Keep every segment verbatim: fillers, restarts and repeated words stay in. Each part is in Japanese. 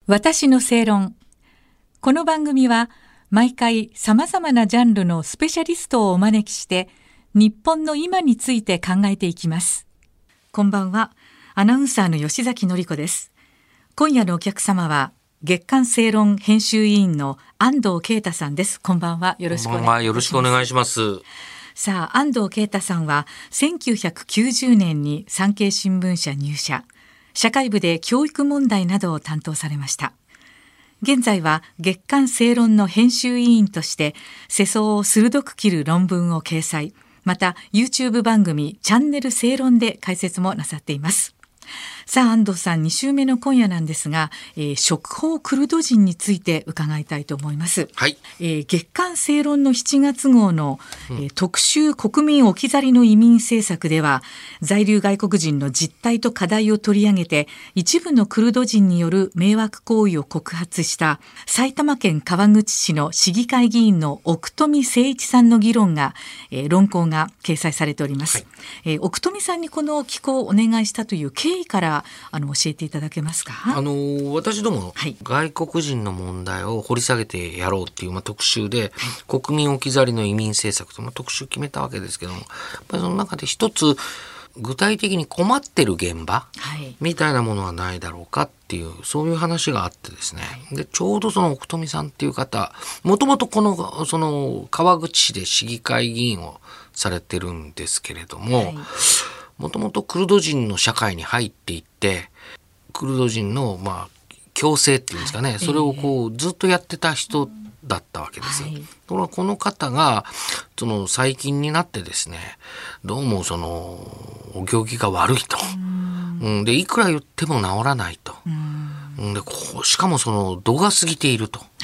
私の正論。この番組は毎回さまざまなジャンルのスペシャリストをお招きして日本の今について考えていきます。こんばんは、アナウンサーの吉崎紀子です。今夜のお客様は月刊正論編集委員の安藤啓太さんです。こんばんは、よろしくお願いします。 こんばんは、よろしくお願いします。 さあ、安藤啓太さんはせんきゅうひゃくきゅうじゅうねんに産経新聞社入社、社会部で教育問題などを担当されました。現在は月刊正論の編集委員として世相を鋭く切る論文を掲載、また YouTube 番組チャンネル正論で解説もなさっています。さあ、安藤さん、に週目の今夜なんですが、えー、触法クルド人について伺いたいと思います。 はい。 えー、月刊正論のしちがつ号の、うんえー、特集国民置き去りの移民政策では、在留外国人の実態と課題を取り上げて一部のクルド人による迷惑行為を告発した埼玉県川口市の市議会議員の奥富誠一さんの議論が、えー、論考が掲載されております。はい。えー、奥富さんにこの寄稿をお願いしたという経緯からあの教えていただけますか。 あの私ども、はい、外国人の問題を掘り下げてやろうっていう、まあ、特集で、はい、国民置き去りの移民政策と、まあ、特集決めたわけですけども、やっぱりその中で一つ具体的に困ってる現場、はい、みたいなものはないだろうかっていう、そういう話があってですね、はい、でちょうどその奥富さんっていう方、もともとこのその川口市で市議会議員をされてるんですけれども、はい、もともとクルド人の社会に入っていってクルド人のまあ共生っていうんですかね、はい、それをこうずっとやってた人だったわけです。はい、ところがこの方がその最近になってですね、どうもそのお行儀が悪いと、うん、でいくら言っても治らないと、うんでこうしかもその度が過ぎていると、はい、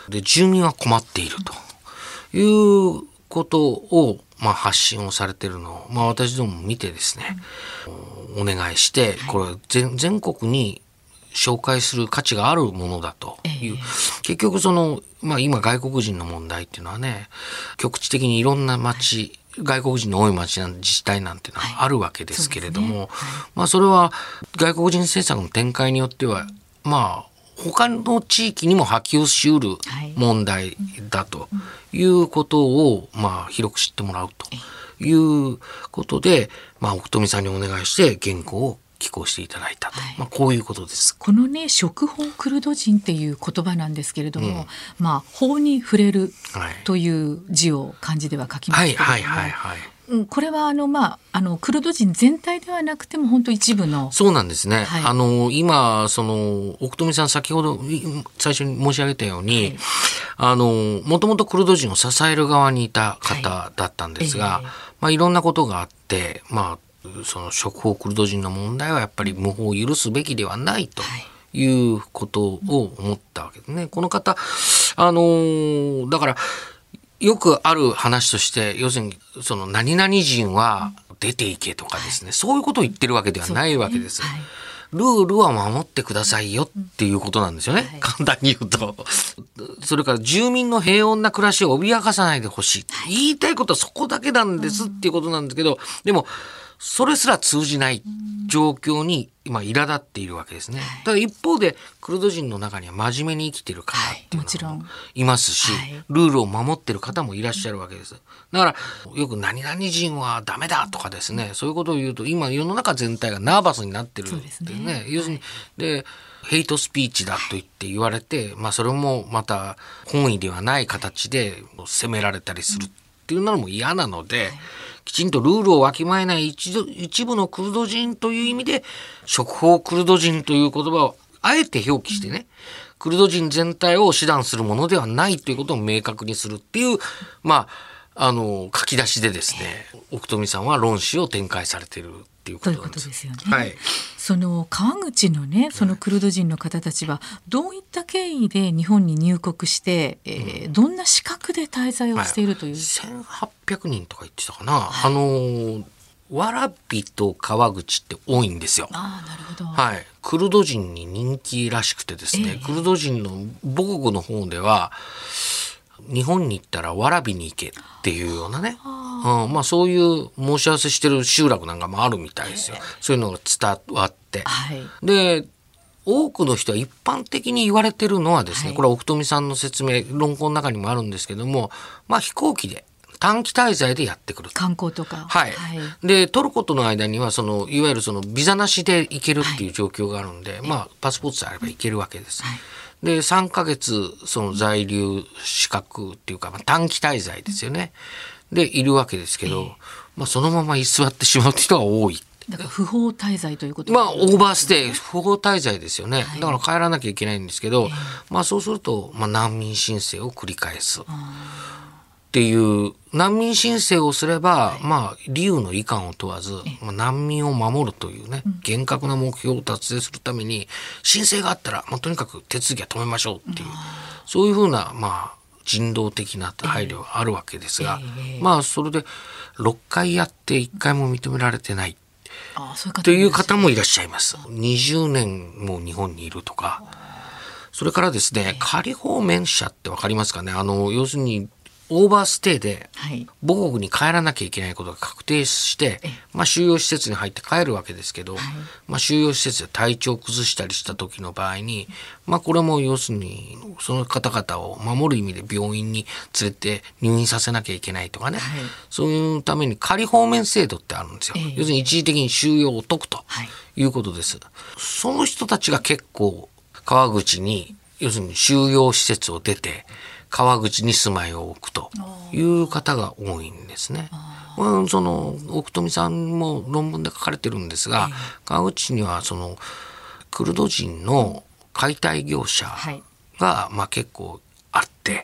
で住民は困っているということをまあ、発信をされているのを、まあ、私ども見てですね、うん、お願いしてこれ 全, 全国に紹介する価値があるものだという、えー、結局その、まあ、今外国人の問題っていうのはね、局地的にいろんな町、はい、外国人の多い町なん自治体なんていうのはあるわけですけれども、はい、 そ, ね、はい、まあ、それは外国人政策の展開によってはまあ他の地域にも波及しうる問題だということを、まあ、広く知ってもらうということで、まあ、奥富さんにお願いして原稿を寄稿していただいたと、はい、まあ、こういうことです。 このね、触法クルド人っていう言葉なんですけれども、うん、まあ、法に触れるという字を漢字では書きましたけれども、はいはいはいはい、これはあの、まあ、あのクルド人全体ではなくても本当一部の。 そうなんですね。はい、あの今その奥富さん先ほど最初に申し上げたように、はい、あのもともとクルド人を支える側にいた方だったんですが、はい、えーまあ、いろんなことがあって、まあ、その触法クルド人の問題はやっぱり無法を許すべきではないということを思ったわけですね。この方あのだからよくある話として、要するにその何々人は出ていけとかですね、はい、そういうことを言ってるわけではないわけです。はい、ルールは守ってくださいよっていうことなんですよね、はい、簡単に言うと。それから住民の平穏な暮らしを脅かさないでほしい、はい、言いたいことはそこだけなんですっていうことなんですけど、でもそれすら通じない状況に今苛立っているわけですね。ただ一方でクルド人の中には真面目に生きている方っていうのもいますし、はい、ルールを守っている方もいらっしゃるわけです。だからよく何々人はダメだとかですね、そういうことを言うと今世の中全体がナーバスになってるんですね。ですね、要するに、でヘイトスピーチだと言って言われて、まあ、それもまた本意ではない形で責められたりするっていうのも嫌なので、はい、きちんとルールをわきまえない 一, 一部のクルド人という意味で触法クルド人という言葉をあえて表記してね、クルド人全体を手段するものではないということを明確にするっていう、まあ、あの書き出しでですね、奥富さんは論旨を展開されているっていうことなんです。 ということですよね。 はい、 その川口のね、そのクルド人の方たちはどういった経緯で日本に入国して、えー、どんな資格で滞在をしているという、はい、 せんはっぴゃくにんとか言ってたかな、はい、あの蕨と川口って多いんですよ。 ああ、なるほど。 はい、クルド人に人気らしくてですね、えー、クルド人の母国の方では日本に行ったら蕨に行けっていうようなね、うん、まあ、そういう申し合わせしてる集落なんかもあるみたいですよ。そういうのが伝わって、はい、で多くの人は一般的に言われてるのはですね、はい、これは奥富さんの説明論考の中にもあるんですけども、まあ、飛行機で短期滞在でやってくる観光とか、 はいはい、でトルコとの間にはそのいわゆるそのビザなしで行けるっていう状況があるんで、はい、まあ、パスポートさえあれば行けるわけです、はい、でさんかげつその在留資格っていうか、まあ、短期滞在ですよね、でいるわけですけど、えーまあ、そのまま居座ってしまう人が多い。 だから不法滞在ということまあオーバーステイ不法滞在ですよね、はい、だから帰らなきゃいけないんですけど、 えーまあ、そうすると、まあ、難民申請を繰り返すっていう難民申請をすれば、はい、まあ理由のいかんを問わず、まあ、難民を守るというね、うん、厳格な目標を達成するために申請があったら、まあ、とにかく手続きは止めましょうっていう、うん、そういうふうな、まあ、人道的な配慮があるわけですが、えー、まあそれでろっかいやっていっかいも認められてないという方もいらっしゃいます。にじゅうねんも日本にいるとか、それからですね、仮放免者ってわかりますかね。あの要するにオーバーステイで母国に帰らなきゃいけないことが確定して、まあ、収容施設に入って帰るわけですけど、まあ、収容施設で体調を崩したりした時の場合に、まあ、これも要するにその方々を守る意味で病院に連れて入院させなきゃいけないとかね、はい、そういうために仮放免制度ってあるんですよ、えー、要するに一時的に収容を解くということです、はい、その人たちが結構川口に要するに収容施設を出て川口に住まいを置くという方が多いんですね。まあ、その奥富さんも論文で書かれてるんですが、えー、川口にはそのクルド人の解体業者がまあ結構あって、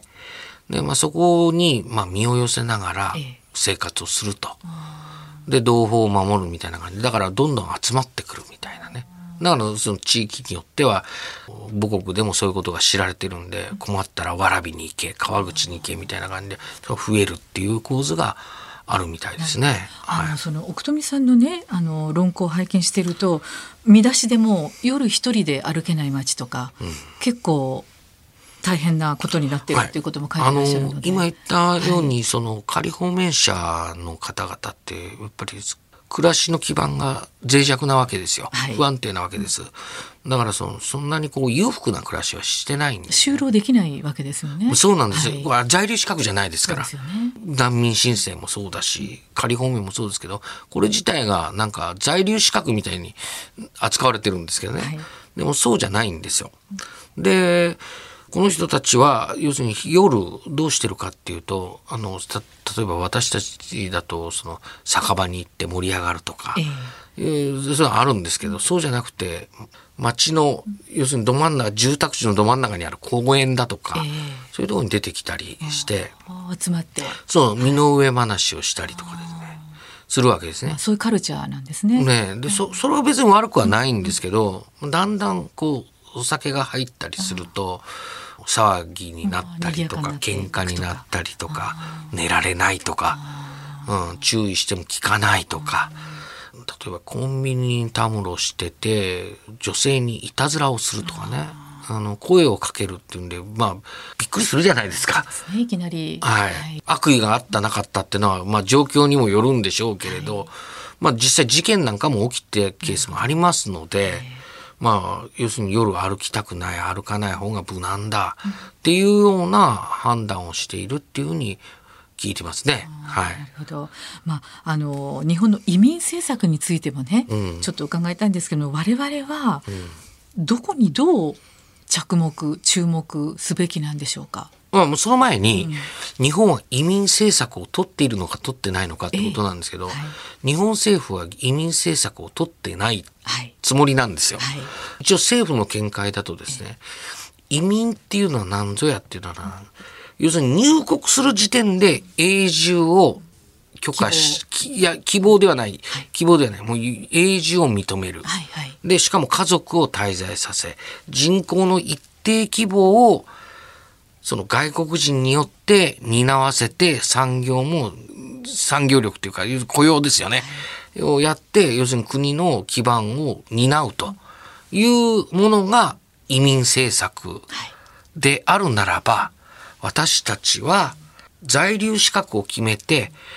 で、まあ、そこにまあ身を寄せながら生活をすると、で同胞を守るみたいな感じだからどんどん集まってくるみたいなね。だからその地域によっては母国でもそういうことが知られてるんで、困ったら蕨に行け川口に行けみたいな感じで増えるっていう構図があるみたいですね。 あの、はい、その奥富さんのねあの論考を拝見していると見出しでも夜一人で歩けない街とか、うん、結構大変なことになっているということも書いてらっしゃるので、はい、 今言ったように、はい、その仮放免者の方々ってやっぱり暮らしの基盤が脆弱なわけですよ、はい、不安定なわけです。だからそのそんなにこう裕福な暮らしはしてないんです、 ね、就労できないわけですよね。 そうなんですよ、はい、在留資格じゃないですから。 そうですよね。 難民申請もそうだし仮放免もそうですけど、これ自体がなんか在留資格みたいに扱われてるんですけどね、はい、でもそうじゃないんですよ。でこの人たちは要するに夜どうしてるかっていうと、あのた例えば私たちだとその酒場に行って盛り上がるとか、えー、そういうのあるんですけど、そうじゃなくて街の要するにど真ん中住宅地のど真ん中にある公園だとか、えー、そういうところに出てきたりして、 集まってそう身の上話をしたりとかですねするわけですね。 そういうカルチャーなんですね。 ねで そ, それは別に悪くはないんですけど、だんだんこうお酒が入ったりすると騒ぎになったりとか喧嘩になったりとか寝られないとか、うん、注意しても聞かないとか、例えばコンビニにたむろしてて女性にいたずらをするとかね、あの声をかけるっていうんで、まあびっくりするじゃないですか。 そうですね、いきなり、 はいはい、悪意があったなかったっていうのは、まあ、状況にもよるんでしょうけれど、はい、まあ、実際事件なんかも起きてケースもありますので、うん、まあ、要するに夜歩きたくない歩かない方が無難だっていうような判断をしているっていうふうに聞いてますね。はい、 なるほど。まあ、あの日本の移民政策についてもね、うん、ちょっと伺いたいんですけど、我々はどこにどう着目注目すべきなんでしょうか。 まあ、もうその前に、うん、日本は移民政策を取っているのか取ってないのかってことなんですけど、えーはい、日本政府は移民政策を取ってないつもりなんですよ。はいはい、一応政府の見解だとですね、えー、移民っていうのは何ぞやっていうのは、うん、要するに入国する時点で永住を許可し、いや希望ではない、はい、希望ではない、もう永住を認める、はいはい、でしかも家族を滞在させ、人口の一定規模をその外国人によって担わせて、産業も産業力というか雇用ですよね、はい、をやって、要するに国の基盤を担うというものが移民政策であるならば、私たちは在留資格を決めて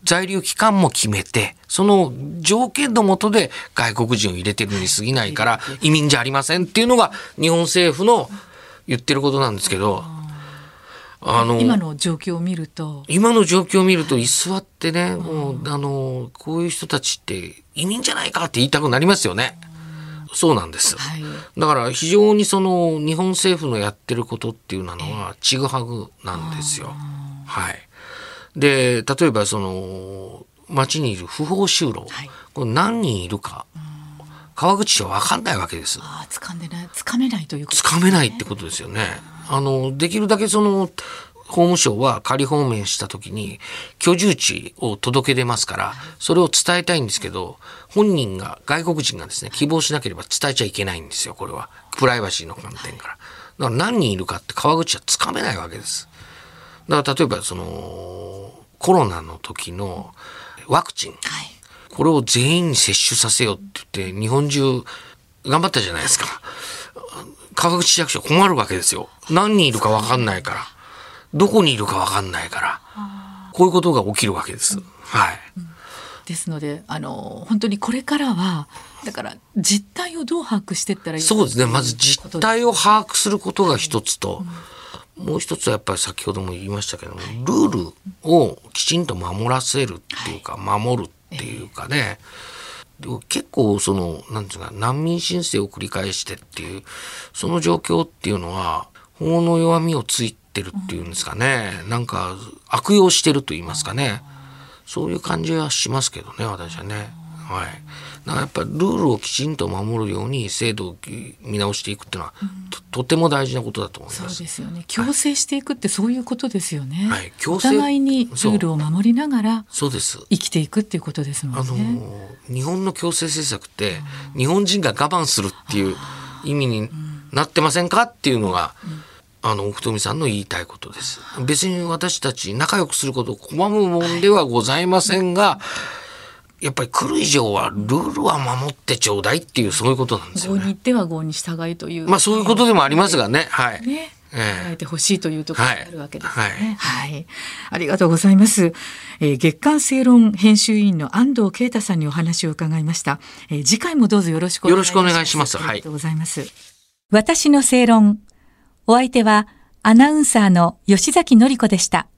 在留期間も決めて、その条件の下で外国人を入れてるに過ぎないから移民じゃありませんっていうのが日本政府の言ってることなんですけど、 あの今の状況を見ると今の状況を見ると居座ってね、もうあのこういう人たちって移民じゃないかって言いたくなりますよね。そうなんです、はい、だから非常にその日本政府のやってることっていうのはちぐはぐなんですよ。はい、で例えばその町にいる不法就労、はい、これ何人いるか川口市は分かんないわけです。 あ、掴んでない、掴めないということですね。掴めないってことですよね。あのできるだけその法務省は仮放免した時に居住地を届け出ますから、それを伝えたいんですけど、本人が外国人がですね希望しなければ伝えちゃいけないんですよ。これはプライバシーの観点から。だから何人いるかって川口はつかめないわけです。だから例えばそのコロナの時のワクチン、はい、これを全員に接種させようって言って日本中頑張ったじゃないですか。川口市役所困るわけですよ。何人いるか分かんないから、どこにいるか分かんないから、こういうことが起きるわけです。はい、 うん、ですのであの本当にこれからはだから実態をどう把握していったらいいか。 そうですね。まず実態を把握することが一つと、うん、もう一つはやっぱり先ほども言いましたけども、ルールをきちんと守らせるっていうか、はい、守るっていうかね、えー、結構そのなんていうか難民申請を繰り返してっていうその状況っていうのは法の弱みをついてるっていうんですかね、うん、なんか悪用してると言いますかね、そういう感じはしますけどね、私はね。はい、だからやっぱりルールをきちんと守るように制度を見直していくっていうのは、うん、と, とても大事なことだと思います。 そうですよね。強制していくってそういうことですよね。 はい、強制、 お互いにルールを守りながらそうです生きていくっていうことですもんね。 あの日本の強制政策って、うん、日本人が我慢するっていう意味になってませんかっていうのが、うん、あの奥富さんの言いたいことです。別に私たち仲良くすることを拒むもんではございませんが、はい、やっぱり来る以上はルールは守ってちょうだいっていうそういうことなんですよね。 郷に行っては郷に従いという、 まあそういうことでもありますがね。はい。 ね、考えてほしいというところがあるわけですね。はい。 はいはい、ありがとうございます。えー、月刊正論編集委員の安藤啓太さんにお話を伺いました。えー、次回もどうぞよろしくお願いします。 よろしくお願いします。 はい。ありがとうございます。私の正論。お相手はアナウンサーの吉崎典子でした。